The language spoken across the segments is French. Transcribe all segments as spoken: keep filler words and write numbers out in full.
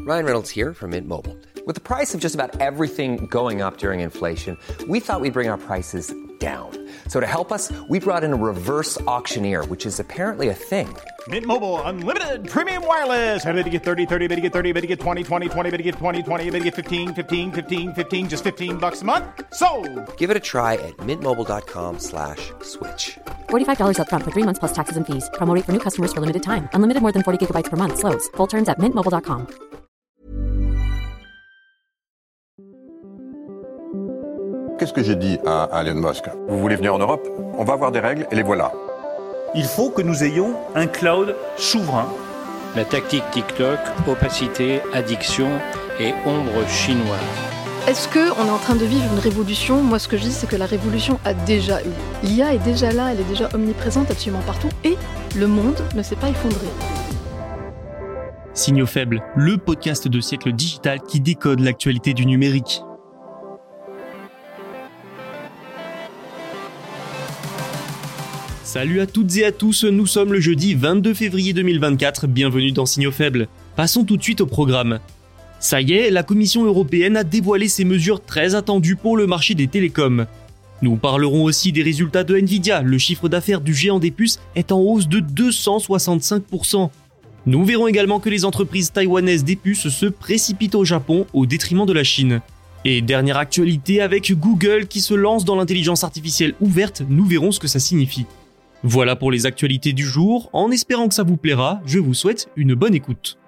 Ryan Reynolds here from Mint Mobile. With the price of just about everything going up during inflation, we thought we'd bring our prices down. So to help us, we brought in a reverse auctioneer, which is apparently a thing. Mint Mobile Unlimited Premium Wireless. How to get thirty, thirty, how to get thirty, how to get twenty, twenty, twenty, how to get twenty, twenty, how to get fifteen, fifteen, fifteen, fifteen, just fifteen bucks a month? Sold! Give it a try at mintmobile.com slash switch. forty-five dollars up front for three months plus taxes and fees. Promo rate for new customers for limited time. Unlimited more than forty gigabytes per month. Slows full terms at mint mobile dot com. Qu'est-ce que j'ai dit à, à Elon Musk ? Vous voulez venir en Europe ? On va avoir des règles et les voilà. Il faut que nous ayons un cloud souverain. La tactique TikTok, opacité, addiction et ombre chinoise. Est-ce qu'on est en train de vivre une révolution ? Moi, ce que je dis, c'est que la révolution a déjà eu. L'I A est déjà là, elle est déjà omniprésente absolument partout, et le monde ne s'est pas effondré. Signaux faibles, le podcast de Siècle Digital qui décode l'actualité du numérique. Salut à toutes et à tous, nous sommes le jeudi vingt-deux février deux mille vingt-quatre, bienvenue dans Signaux faibles. Passons tout de suite au programme. Ça y est, la Commission européenne a dévoilé ses mesures très attendues pour le marché des télécoms. Nous parlerons aussi des résultats de Nvidia, le chiffre d'affaires du géant des puces est en hausse de deux cent soixante-cinq pour cent. Nous verrons également que les entreprises taïwanaises des puces se précipitent au Japon au détriment de la Chine. Et dernière actualité avec Google qui se lance dans l'intelligence artificielle ouverte, nous verrons ce que ça signifie. Voilà pour les actualités du jour, en espérant que ça vous plaira, je vous souhaite une bonne écoute.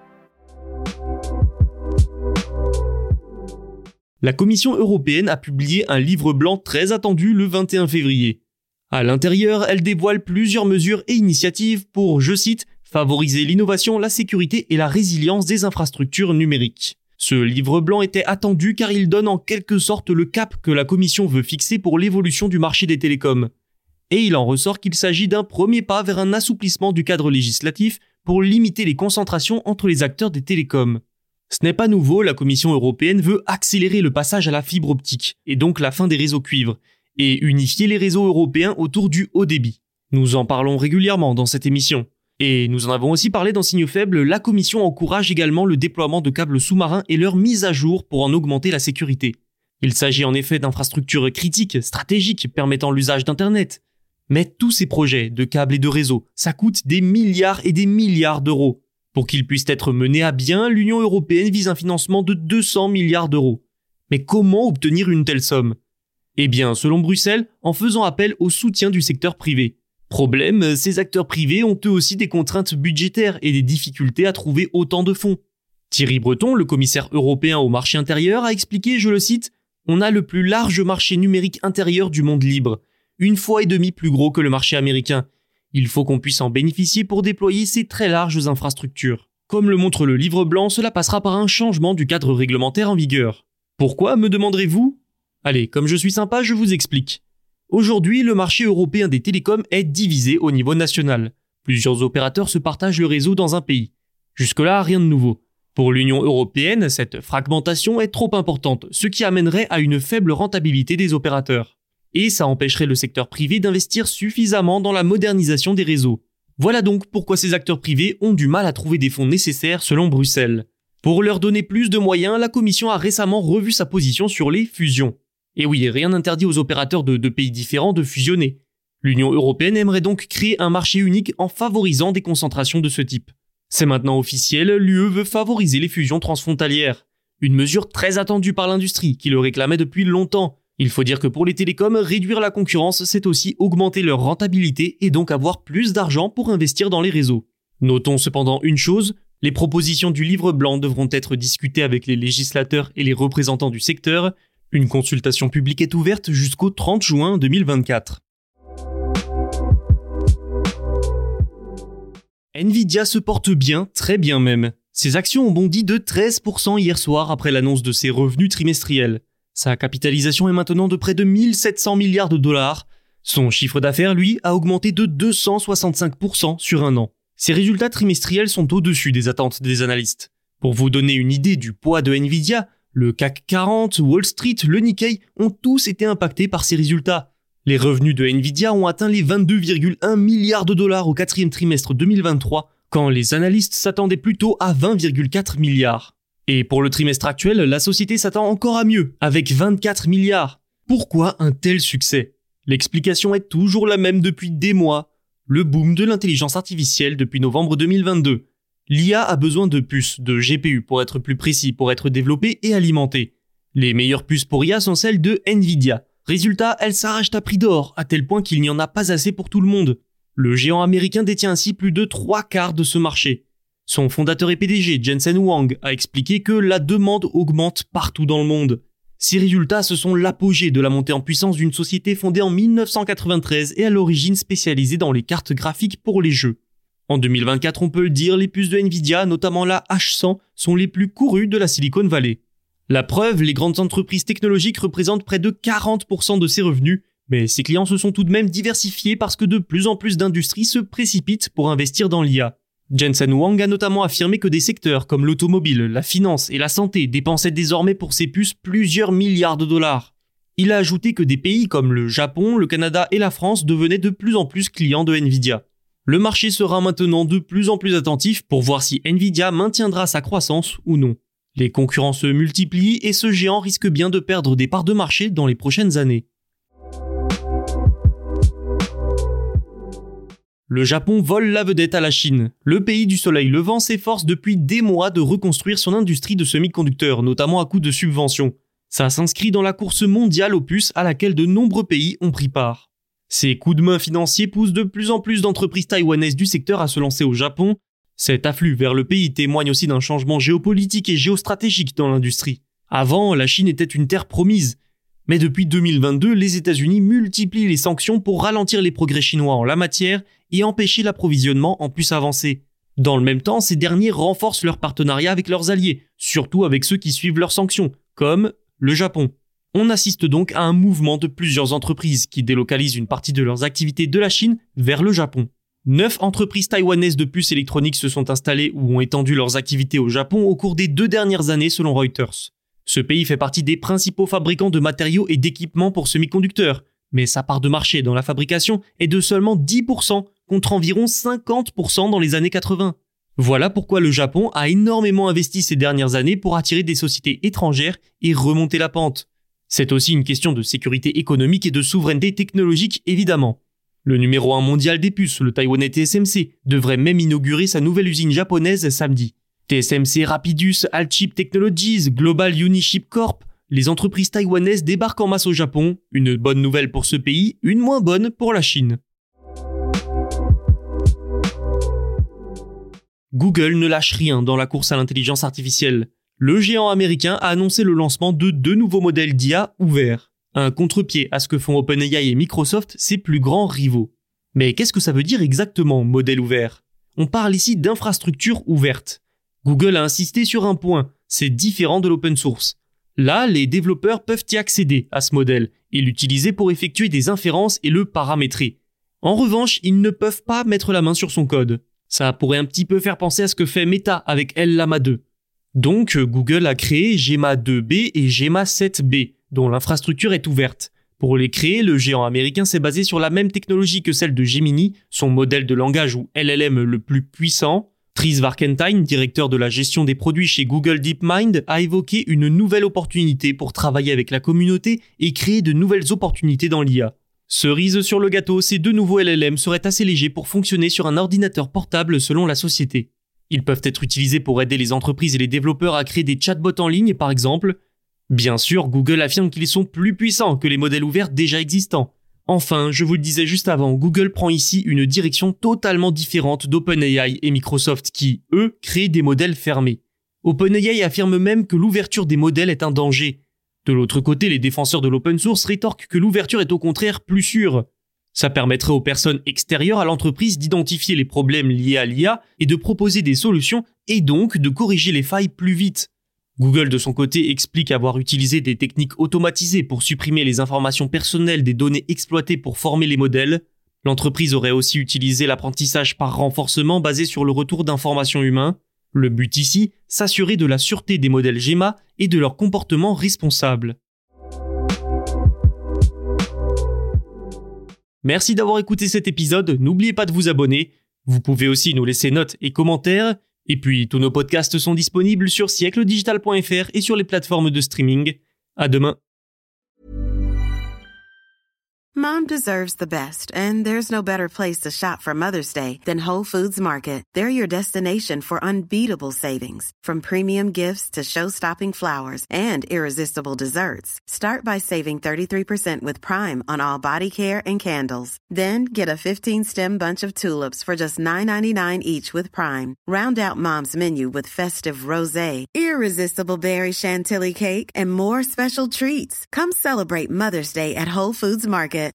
La Commission européenne a publié un livre blanc très attendu le vingt et un février. À l'intérieur, elle dévoile plusieurs mesures et initiatives pour, je cite, favoriser l'innovation, la sécurité et la résilience des infrastructures numériques. Ce livre blanc était attendu car il donne en quelque sorte le cap que la Commission veut fixer pour l'évolution du marché des télécoms. Et il en ressort qu'il s'agit d'un premier pas vers un assouplissement du cadre législatif pour limiter les concentrations entre les acteurs des télécoms. Ce n'est pas nouveau, la Commission européenne veut accélérer le passage à la fibre optique, et donc la fin des réseaux cuivre, et unifier les réseaux européens autour du haut débit. Nous en parlons régulièrement dans cette émission. Et nous en avons aussi parlé dans Signaux faibles, la Commission encourage également le déploiement de câbles sous-marins et leur mise à jour pour en augmenter la sécurité. Il s'agit en effet d'infrastructures critiques, stratégiques, permettant l'usage d'Internet. Mais tous ces projets de câbles et de réseaux, ça coûte des milliards et des milliards d'euros. Pour qu'ils puissent être menés à bien, l'Union européenne vise un financement de deux cents milliards d'euros. Mais comment obtenir une telle somme ? Eh bien, selon Bruxelles, en faisant appel au soutien du secteur privé. Problème, ces acteurs privés ont eux aussi des contraintes budgétaires et des difficultés à trouver autant de fonds. Thierry Breton, le commissaire européen au marché intérieur, a expliqué, je le cite, « On a le plus large marché numérique intérieur du monde libre. Une fois et demie plus gros que le marché américain. Il faut qu'on puisse en bénéficier pour déployer ces très larges infrastructures. Comme le montre le livre blanc, cela passera par un changement du cadre réglementaire en vigueur. Pourquoi, me demanderez-vous ? Allez, comme je suis sympa, je vous explique. Aujourd'hui, le marché européen des télécoms est divisé au niveau national. Plusieurs opérateurs se partagent le réseau dans un pays. Jusque-là, rien de nouveau. Pour l'Union européenne, cette fragmentation est trop importante, ce qui amènerait à une faible rentabilité des opérateurs. Et ça empêcherait le secteur privé d'investir suffisamment dans la modernisation des réseaux. Voilà donc pourquoi ces acteurs privés ont du mal à trouver des fonds nécessaires selon Bruxelles. Pour leur donner plus de moyens, la Commission a récemment revu sa position sur les fusions. Et oui, rien n'interdit aux opérateurs de deux pays différents de fusionner. L'Union européenne aimerait donc créer un marché unique en favorisant des concentrations de ce type. C'est maintenant officiel, l'U E veut favoriser les fusions transfrontalières. Une mesure très attendue par l'industrie qui le réclamait depuis longtemps. Il faut dire que pour les télécoms, réduire la concurrence, c'est aussi augmenter leur rentabilité et donc avoir plus d'argent pour investir dans les réseaux. Notons cependant une chose, les propositions du livre blanc devront être discutées avec les législateurs et les représentants du secteur. Une consultation publique est ouverte jusqu'au trente juin deux mille vingt-quatre. Nvidia se porte bien, très bien même. Ses actions ont bondi de treize pour cent hier soir après l'annonce de ses revenus trimestriels. Sa capitalisation est maintenant de près de mille sept cents milliards de dollars. Son chiffre d'affaires, lui, a augmenté de deux cent soixante-cinq pour cent sur un an. Ses résultats trimestriels sont au-dessus des attentes des analystes. Pour vous donner une idée du poids de Nvidia, le C A C quarante, Wall Street, le Nikkei ont tous été impactés par ces résultats. Les revenus de Nvidia ont atteint les vingt-deux virgule un milliards de dollars au quatrième trimestre deux mille vingt-trois, quand les analystes s'attendaient plutôt à vingt virgule quatre milliards. Et pour le trimestre actuel, la société s'attend encore à mieux, avec vingt-quatre milliards. Pourquoi un tel succès ? L'explication est toujours la même depuis des mois. Le boom de l'intelligence artificielle depuis novembre deux mille vingt-deux. L'I A a besoin de puces, de G P U pour être plus précis, pour être développée et alimentée. Les meilleures puces pour I A sont celles de Nvidia. Résultat, elles s'arrachent à prix d'or, à tel point qu'il n'y en a pas assez pour tout le monde. Le géant américain détient ainsi plus de trois quarts de ce marché. Son fondateur et P D G, Jensen Huang, a expliqué que la demande augmente partout dans le monde. Ces résultats, ce sont l'apogée de la montée en puissance d'une société fondée en mille neuf cent quatre-vingt-treize et à l'origine spécialisée dans les cartes graphiques pour les jeux. En deux mille vingt-quatre, on peut le dire, les puces de Nvidia, notamment la H cent, sont les plus courues de la Silicon Valley. La preuve, les grandes entreprises technologiques représentent près de quarante pour cent de ses revenus, mais ses clients se sont tout de même diversifiés parce que de plus en plus d'industries se précipitent pour investir dans l'I A. Jensen Huang a notamment affirmé que des secteurs comme l'automobile, la finance et la santé dépensaient désormais pour ces puces plusieurs milliards de dollars. Il a ajouté que des pays comme le Japon, le Canada et la France devenaient de plus en plus clients de Nvidia. Le marché sera maintenant de plus en plus attentif pour voir si Nvidia maintiendra sa croissance ou non. Les concurrents se multiplient et ce géant risque bien de perdre des parts de marché dans les prochaines années. Le Japon vole la vedette à la Chine. Le pays du soleil levant s'efforce depuis des mois de reconstruire son industrie de semi-conducteurs, notamment à coup de subventions. Ça s'inscrit dans la course mondiale aux puces à laquelle de nombreux pays ont pris part. Ces coups de main financiers poussent de plus en plus d'entreprises taïwanaises du secteur à se lancer au Japon. Cet afflux vers le pays témoigne aussi d'un changement géopolitique et géostratégique dans l'industrie. Avant, la Chine était une terre promise. Mais depuis deux mille vingt-deux, les États-Unis multiplient les sanctions pour ralentir les progrès chinois en la matière et empêcher l'approvisionnement en puces avancées. Dans le même temps, ces derniers renforcent leur partenariat avec leurs alliés, surtout avec ceux qui suivent leurs sanctions, comme le Japon. On assiste donc à un mouvement de plusieurs entreprises qui délocalisent une partie de leurs activités de la Chine vers le Japon. Neuf entreprises taïwanaises de puces électroniques se sont installées ou ont étendu leurs activités au Japon au cours des deux dernières années selon Reuters. Ce pays fait partie des principaux fabricants de matériaux et d'équipements pour semi-conducteurs, mais sa part de marché dans la fabrication est de seulement dix pour cent contre environ cinquante pour cent dans les années quatre-vingts. Voilà pourquoi le Japon a énormément investi ces dernières années pour attirer des sociétés étrangères et remonter la pente. C'est aussi une question de sécurité économique et de souveraineté technologique évidemment. Le numéro un mondial des puces, le taïwanais T S M C, devrait même inaugurer sa nouvelle usine japonaise samedi. T S M C, Rapidus, Alchip Technologies, Global Unichip Corp, les entreprises taïwanaises débarquent en masse au Japon. Une bonne nouvelle pour ce pays, une moins bonne pour la Chine. Google ne lâche rien dans la course à l'intelligence artificielle. Le géant américain a annoncé le lancement de deux nouveaux modèles d'I A ouverts. Un contre-pied à ce que font OpenAI et Microsoft, ses plus grands rivaux. Mais qu'est-ce que ça veut dire exactement, modèle ouvert ? On parle ici d'infrastructure ouverte. Google a insisté sur un point, c'est différent de l'open source. Là, les développeurs peuvent y accéder à ce modèle et l'utiliser pour effectuer des inférences et le paramétrer. En revanche, ils ne peuvent pas mettre la main sur son code. Ça pourrait un petit peu faire penser à ce que fait Meta avec Llama deux. Donc, Google a créé Gemma deux B et Gemma sept B, dont l'infrastructure est ouverte. Pour les créer, le géant américain s'est basé sur la même technologie que celle de Gemini, son modèle de langage ou L L M le plus puissant. Tris Varkentine, directeur de la gestion des produits chez Google DeepMind, a évoqué une nouvelle opportunité pour travailler avec la communauté et créer de nouvelles opportunités dans l'I A. Cerise sur le gâteau, ces deux nouveaux L L M seraient assez légers pour fonctionner sur un ordinateur portable selon la société. Ils peuvent être utilisés pour aider les entreprises et les développeurs à créer des chatbots en ligne, par exemple. Bien sûr, Google affirme qu'ils sont plus puissants que les modèles ouverts déjà existants. Enfin, je vous le disais juste avant, Google prend ici une direction totalement différente d'OpenAI et Microsoft qui, eux, créent des modèles fermés. OpenAI affirme même que l'ouverture des modèles est un danger. De l'autre côté, les défenseurs de l'open source rétorquent que l'ouverture est au contraire plus sûre. Ça permettrait aux personnes extérieures à l'entreprise d'identifier les problèmes liés à l'I A et de proposer des solutions et donc de corriger les failles plus vite. Google de son côté explique avoir utilisé des techniques automatisées pour supprimer les informations personnelles des données exploitées pour former les modèles. L'entreprise aurait aussi utilisé l'apprentissage par renforcement basé sur le retour d'informations humains. Le but ici, s'assurer de la sûreté des modèles Gemma et de leur comportement responsable. Merci d'avoir écouté cet épisode, n'oubliez pas de vous abonner. Vous pouvez aussi nous laisser notes et commentaires. Et puis, tous nos podcasts sont disponibles sur siècle digital point f r et sur les plateformes de streaming. À demain. Mom deserves the best, and there's no better place to shop for Mother's Day than Whole Foods Market. They're your destination for unbeatable savings, from premium gifts to show-stopping flowers and irresistible desserts. Start by saving thirty-three percent with Prime on all body care and candles. Then get a fifteen-stem bunch of tulips for just nine ninety-nine each with Prime. Round out Mom's menu with festive rosé, irresistible berry chantilly cake, and more special treats. Come celebrate Mother's Day at Whole Foods Market.